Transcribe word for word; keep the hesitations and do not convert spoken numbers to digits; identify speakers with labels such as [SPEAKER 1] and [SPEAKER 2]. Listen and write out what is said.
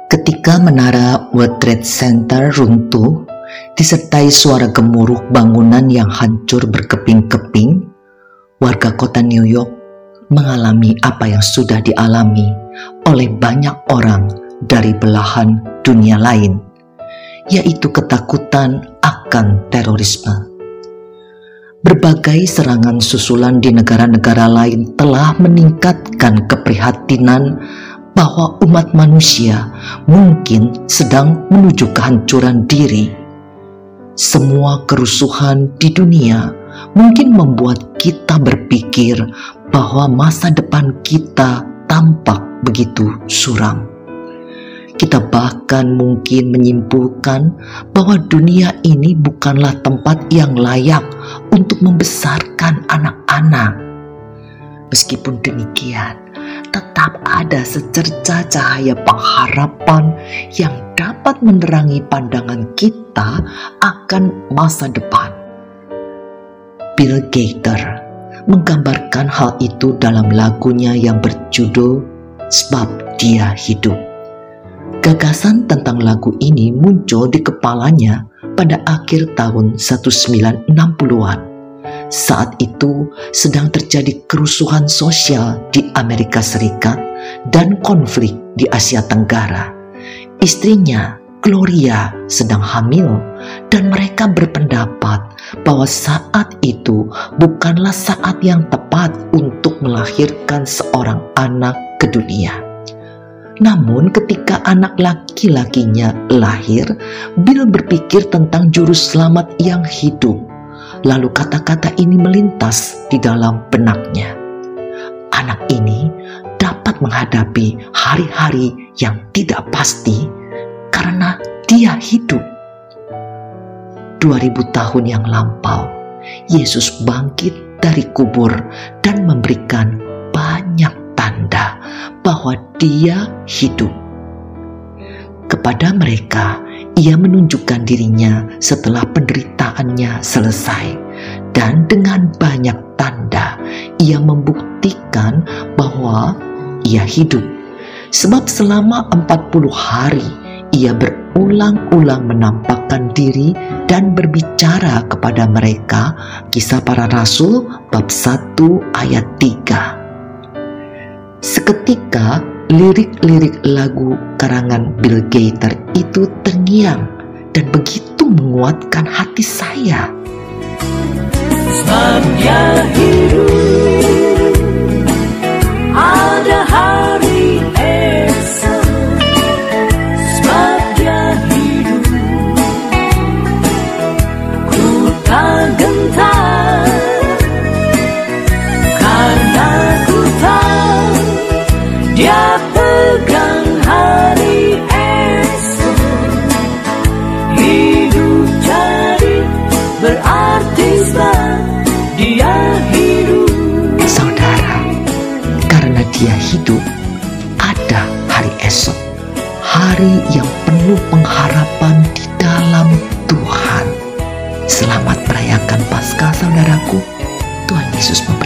[SPEAKER 1] Ketika menara World Trade Center runtuh, disertai suara gemuruh bangunan yang hancur berkeping-keping, warga kota New York mengalami apa yang sudah dialami oleh banyak orang dari belahan dunia lain, yaitu ketakutan akan terorisme. Berbagai serangan susulan di negara-negara lain telah meningkatkan keprihatinan bahwa umat manusia mungkin sedang menuju kehancuran diri. Semua kerusuhan di dunia mungkin membuat kita berpikir bahwa masa depan kita tampak begitu suram. Kita bahkan mungkin menyimpulkan bahwa dunia ini bukanlah tempat yang layak untuk membesarkan anak-anak. Meskipun demikian, tetap ada secerca cahaya pengharapan yang dapat menerangi pandangan kita akan masa depan. Bill Gaither menggambarkan hal itu dalam lagunya yang berjudul Sebab Dia Hidup. Gagasan tentang lagu ini muncul di kepalanya pada akhir tahun seribu sembilan ratus enam puluhan. Saat itu sedang terjadi kerusuhan sosial di Amerika Serikat dan konflik di Asia Tenggara. Istrinya, Gloria, sedang hamil dan mereka berpendapat bahwa saat itu bukanlah saat yang tepat untuk melahirkan seorang anak ke dunia. Namun ketika anak laki-lakinya lahir, Bill berpikir tentang juru selamat yang hidup. Lalu kata-kata ini melintas di dalam benaknya. Anak ini dapat menghadapi hari-hari yang tidak pasti karena dia hidup. Dua ribu tahun yang lampau, Yesus bangkit dari kubur dan memberikan banyak tanda bahwa dia hidup. Kepada mereka, ia menunjukkan dirinya setelah penderitaannya selesai, dan dengan banyak tanda ia membuktikan bahwa ia hidup. Sebab selama empat puluh hari ia berulang-ulang menampakkan diri dan berbicara kepada mereka. Kisah Para Rasul bab satu ayat tiga. Seketika lirik-lirik lagu karangan Bill Gaither itu terngiang dan begitu menguatkan hati saya.
[SPEAKER 2] Sebab dia hidup, ada hari esok. Sebab dia hidup, ku tak gentar, karena ku tahu dia pegang hari esok. Hidup jadi berarti sebab dia hidup.
[SPEAKER 1] Saudara, karena dia hidup, ada hari esok. Hari yang penuh pengharapan di dalam Tuhan. Selamat merayakan Paskah, saudaraku. Tuhan Yesus memberkati.